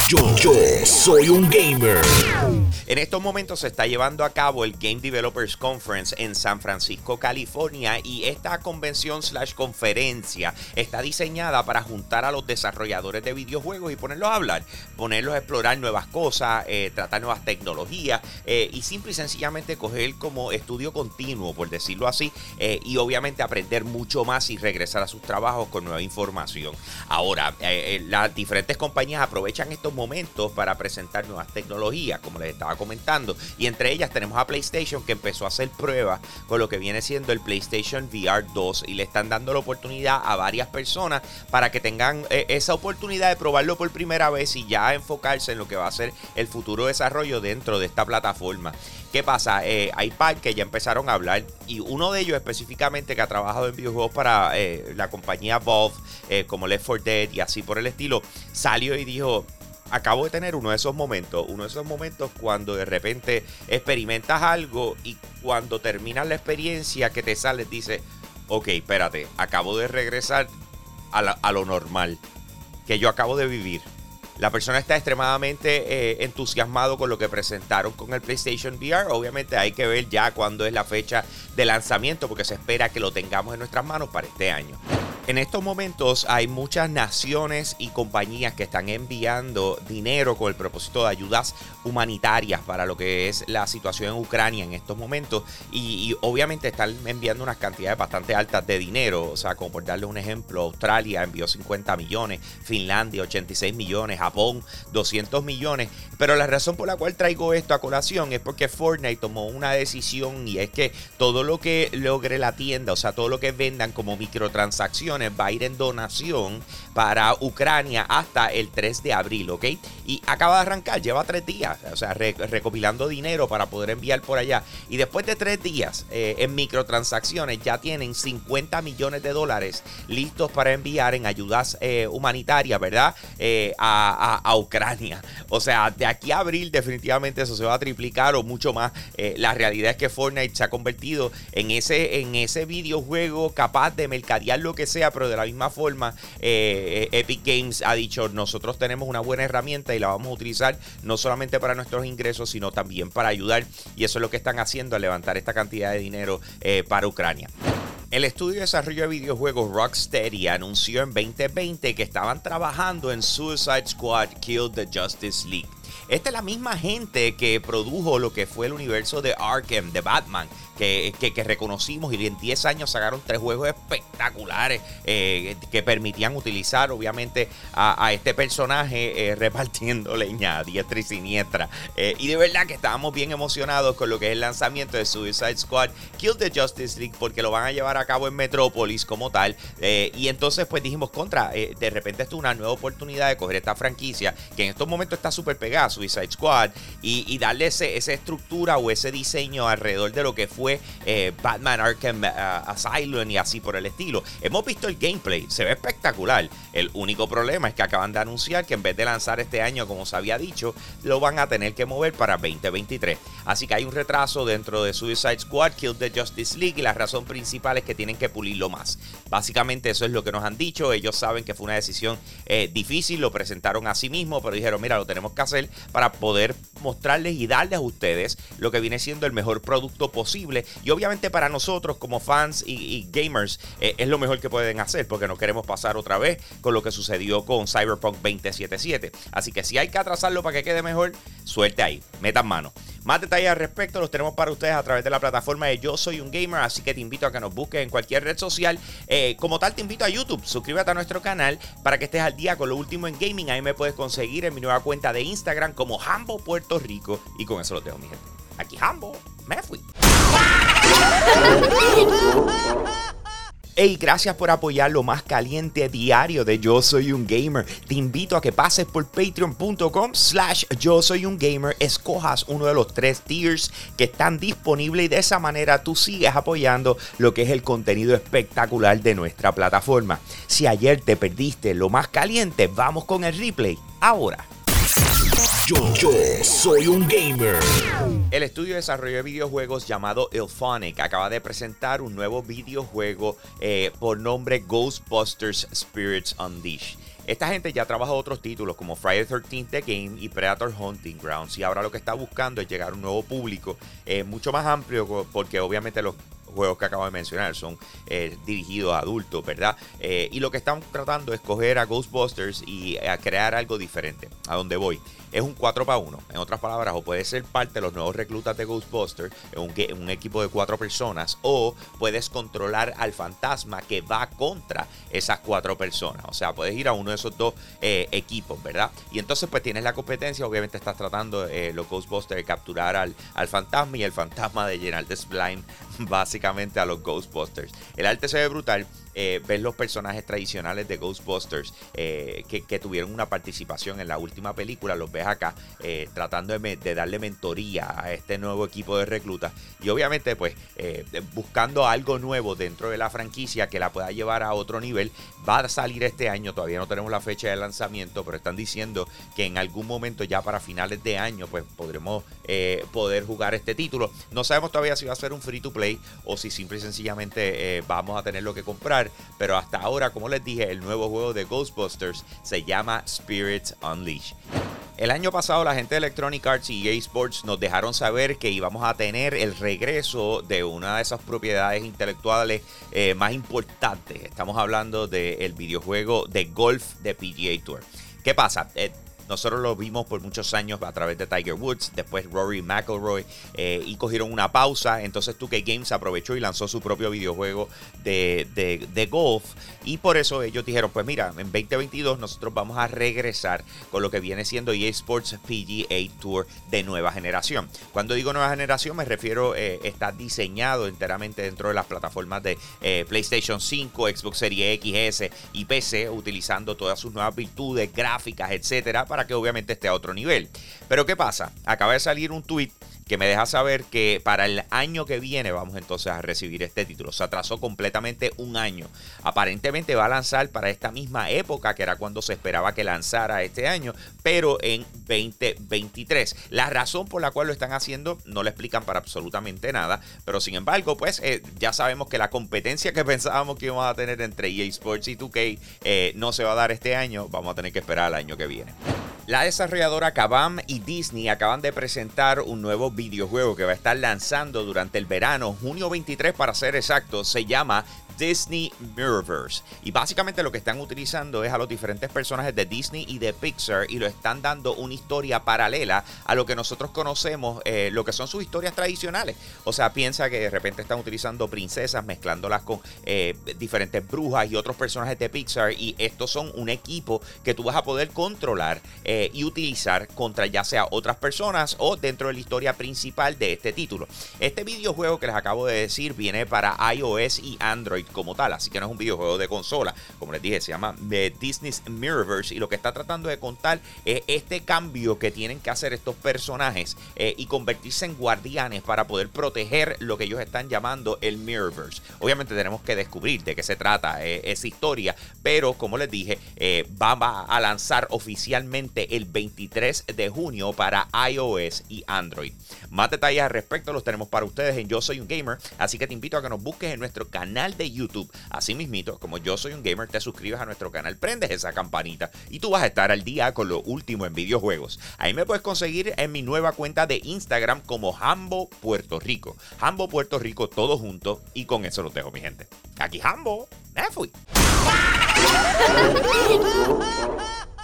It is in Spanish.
Yo soy un gamer. En estos momentos se está llevando a cabo el Game Developers Conference en San Francisco, California, y esta convención/conferencia está diseñada para juntar a los desarrolladores de videojuegos y ponerlos a hablar, ponerlos a explorar nuevas cosas, tratar nuevas tecnologías y simple y sencillamente coger como estudio continuo, por decirlo así, y obviamente aprender mucho más y regresar a sus trabajos con nueva información. Ahora, las diferentes compañías aprovechan estos momentos para presentar nuevas tecnologías, como les estaba comentando, y entre ellas tenemos a PlayStation, que empezó a hacer pruebas con lo que viene siendo el PlayStation VR 2 y le están dando la oportunidad a varias personas para que tengan esa oportunidad de probarlo por primera vez y ya enfocarse en lo que va a ser el futuro desarrollo dentro de esta plataforma. ¿Qué pasa? Hay par que ya empezaron a hablar, y uno de ellos específicamente, que ha trabajado en videojuegos para la compañía Valve, como Left 4 Dead y así por el estilo, salió y dijo: acabo de tener uno de esos momentos cuando de repente experimentas algo y cuando terminas la experiencia que te sales dices: ok, espérate, acabo de regresar a lo normal que yo acabo de vivir. La persona está extremadamente entusiasmado con lo que presentaron con el PlayStation VR. Obviamente hay que ver ya cuándo es la fecha de lanzamiento, porque se espera que lo tengamos en nuestras manos para este año. En estos momentos hay muchas naciones y compañías que están enviando dinero con el propósito de ayudas humanitarias para lo que es la situación en Ucrania en estos momentos, y obviamente están enviando unas cantidades bastante altas de dinero. O sea, como por darle un ejemplo, Australia envió 50 millones, Finlandia 86 millones, Japón 200 millones. Pero la razón por la cual traigo esto a colación es porque Fortnite tomó una decisión, y es que todo lo que logre la tienda, o sea, todo lo que vendan como microtransacciones, va a ir en donación para Ucrania hasta el 3 de abril, ¿ok? Y acaba de arrancar, lleva 3 días, o sea, recopilando dinero para poder enviar por allá. Y después de 3 días en microtransacciones ya tienen 50 millones de dólares listos para enviar en ayudas humanitarias, ¿verdad? A Ucrania. O sea, de aquí a abril definitivamente eso se va a triplicar o mucho más. La realidad es que Fortnite se ha convertido en ese videojuego capaz de mercadear lo que sea, pero de la misma forma Epic Games ha dicho: nosotros tenemos una buena herramienta y la vamos a utilizar no solamente para nuestros ingresos, sino también para ayudar, y eso es lo que están haciendo al levantar esta cantidad de dinero para Ucrania. El estudio de desarrollo de videojuegos Rocksteady anunció en 2020 que estaban trabajando en Suicide Squad Kill the Justice League. Esta es la misma gente que produjo lo que fue el universo de Arkham, de Batman, que reconocimos, y en 10 años sacaron 3 juegos espectaculares que permitían utilizar obviamente a este personaje repartiendo leña a diestra y siniestra. Y de verdad que estábamos bien emocionados con lo que es el lanzamiento de Suicide Squad Kill the Justice League, porque lo van a llevar a cabo en Metrópolis como tal. Y entonces pues dijimos: de repente esto es una nueva oportunidad de coger esta franquicia que en estos momentos está súper pegada, Suicide Squad, y darle esa estructura o ese diseño alrededor de lo que fue Batman Arkham Asylum y así por el estilo. Hemos visto el gameplay, se ve espectacular. El único problema es que acaban de anunciar que en vez de lanzar este año, como se había dicho, lo van a tener que mover para 2023. Así que hay un retraso dentro de Suicide Squad Kill the Justice League, y la razón principal es que tienen que pulirlo más. Básicamente eso es lo que nos han dicho. Ellos saben que fue una decisión difícil, lo presentaron a sí mismos, pero dijeron: mira, lo tenemos que hacer para poder mostrarles y darles a ustedes lo que viene siendo el mejor producto posible. Y obviamente para nosotros como fans y gamers es lo mejor que pueden hacer, porque no queremos pasar otra vez con lo que sucedió con Cyberpunk 2077. Así que si hay que atrasarlo para que quede mejor, suerte ahí, metan mano. Más detalles al respecto los tenemos para ustedes a través de la plataforma de Yo Soy un Gamer, así que te invito a que nos busques en cualquier red social. Como tal, te invito a YouTube, suscríbete a nuestro canal para que estés al día con lo último en gaming. Ahí me puedes conseguir en mi nueva cuenta de Instagram como Hambo Puerto Rico, y con eso lo dejo, mi gente. Aquí Hambo, me fui. Hey, gracias por apoyar lo más caliente diario de Yo Soy un Gamer. Te invito a que pases por patreon.com/Yo Soy un Gamer, escojas uno de los 3 tiers que están disponibles, y de esa manera tú sigues apoyando lo que es el contenido espectacular de nuestra plataforma. Si ayer te perdiste lo más caliente, vamos con el replay ahora. Yo soy un gamer. El estudio de desarrollo de videojuegos llamado IllFonic acaba de presentar un nuevo videojuego por nombre Ghostbusters Spirits Unleashed. esta gente ya trabaja otros títulos como Friday the 13th The Game y Predator Hunting Grounds, y ahora lo que está buscando es llegar a un nuevo público mucho más amplio, porque obviamente los juegos que acabo de mencionar son dirigidos a adultos, ¿verdad? Y lo que están tratando es coger a Ghostbusters y a crear algo diferente. ¿A dónde voy? Es un 4-para-1. En otras palabras, o puedes ser parte de los nuevos reclutas de Ghostbusters, un equipo de 4 personas, o puedes controlar al fantasma que va contra esas 4 personas. O sea, puedes ir a uno de esos dos equipos, ¿verdad? Y entonces pues tienes la competencia. Obviamente estás tratando los Ghostbusters de capturar al fantasma, y el fantasma de llenar de slime básicamente a los Ghostbusters. El arte se ve brutal. Ves los personajes tradicionales de Ghostbusters que tuvieron una participación en la última película, los ves acá tratando de darle mentoría a este nuevo equipo de reclutas, y obviamente pues buscando algo nuevo dentro de la franquicia que la pueda llevar a otro nivel. Va a salir este año, todavía no tenemos la fecha de lanzamiento, pero están diciendo que en algún momento ya para finales de año pues podremos poder jugar este título. No sabemos todavía si va a ser un free to play o si simple y sencillamente vamos a tenerlo que comprar. Pero hasta ahora, como les dije, el nuevo juego de Ghostbusters se llama Spirits Unleashed. El año pasado la gente de Electronic Arts y EA Sports nos dejaron saber que íbamos a tener el regreso de una de esas propiedades intelectuales más importantes. Estamos hablando del videojuego de golf de PGA Tour. ¿Qué pasa? Nosotros lo vimos por muchos años a través de Tiger Woods, después Rory McIlroy, y cogieron una pausa. Entonces 2K Games aprovechó y lanzó su propio videojuego de golf, y por eso ellos dijeron, pues mira, en 2022 nosotros vamos a regresar con lo que viene siendo EA Sports PGA Tour de nueva generación. Cuando digo nueva generación me refiero, está diseñado enteramente dentro de las plataformas de PlayStation 5, Xbox Series X, S y PC, utilizando todas sus nuevas virtudes gráficas, etcétera, para que obviamente esté a otro nivel. Pero ¿qué pasa? Acaba de salir un tweet que me deja saber que para el año que viene vamos entonces a recibir este título. Se atrasó completamente un año. Aparentemente va a lanzar para esta misma época, que era cuando se esperaba que lanzara este año, pero en 2023. La razón por la cual lo están haciendo no le explican para absolutamente nada, pero sin embargo, pues ya sabemos que la competencia que pensábamos que íbamos a tener entre EA Sports y 2K no se va a dar este año. Vamos a tener que esperar al año que viene. La desarrolladora Kabam y Disney acaban de presentar un nuevo videojuego que va a estar lanzando durante el verano, junio 23 para ser exacto. Se llama Disney Mirrorverse, y básicamente lo que están utilizando es a los diferentes personajes de Disney y de Pixar, y lo están dando una historia paralela a lo que nosotros conocemos, lo que son sus historias tradicionales. O sea, piensa que de repente están utilizando princesas, mezclándolas con diferentes brujas y otros personajes de Pixar, y estos son un equipo que tú vas a poder controlar y utilizar contra ya sea otras personas o dentro de la historia principal de este título. Este videojuego que les acabo de decir viene para iOS y Android como tal, así que no es un videojuego de consola. Como les dije, se llama Disney's Mirrorverse, y lo que está tratando de contar es este cambio que tienen que hacer estos personajes y convertirse en guardianes para poder proteger lo que ellos están llamando el Mirrorverse. Obviamente tenemos que descubrir de qué se trata esa historia, pero como les dije, va a lanzar oficialmente el 23 de junio para iOS y Android. Más detalles al respecto los tenemos para ustedes en Yo Soy Un Gamer, así que te invito a que nos busques en nuestro canal de YouTube. Así mismito, como Yo Soy Un Gamer, te suscribes a nuestro canal, prendes esa campanita y tú vas a estar al día con lo último en videojuegos. Ahí me puedes conseguir en mi nueva cuenta de Instagram como Hambo Puerto Rico. Hambo Puerto Rico, todo junto, y con eso los dejo, mi gente. Aquí Hambo, me fui.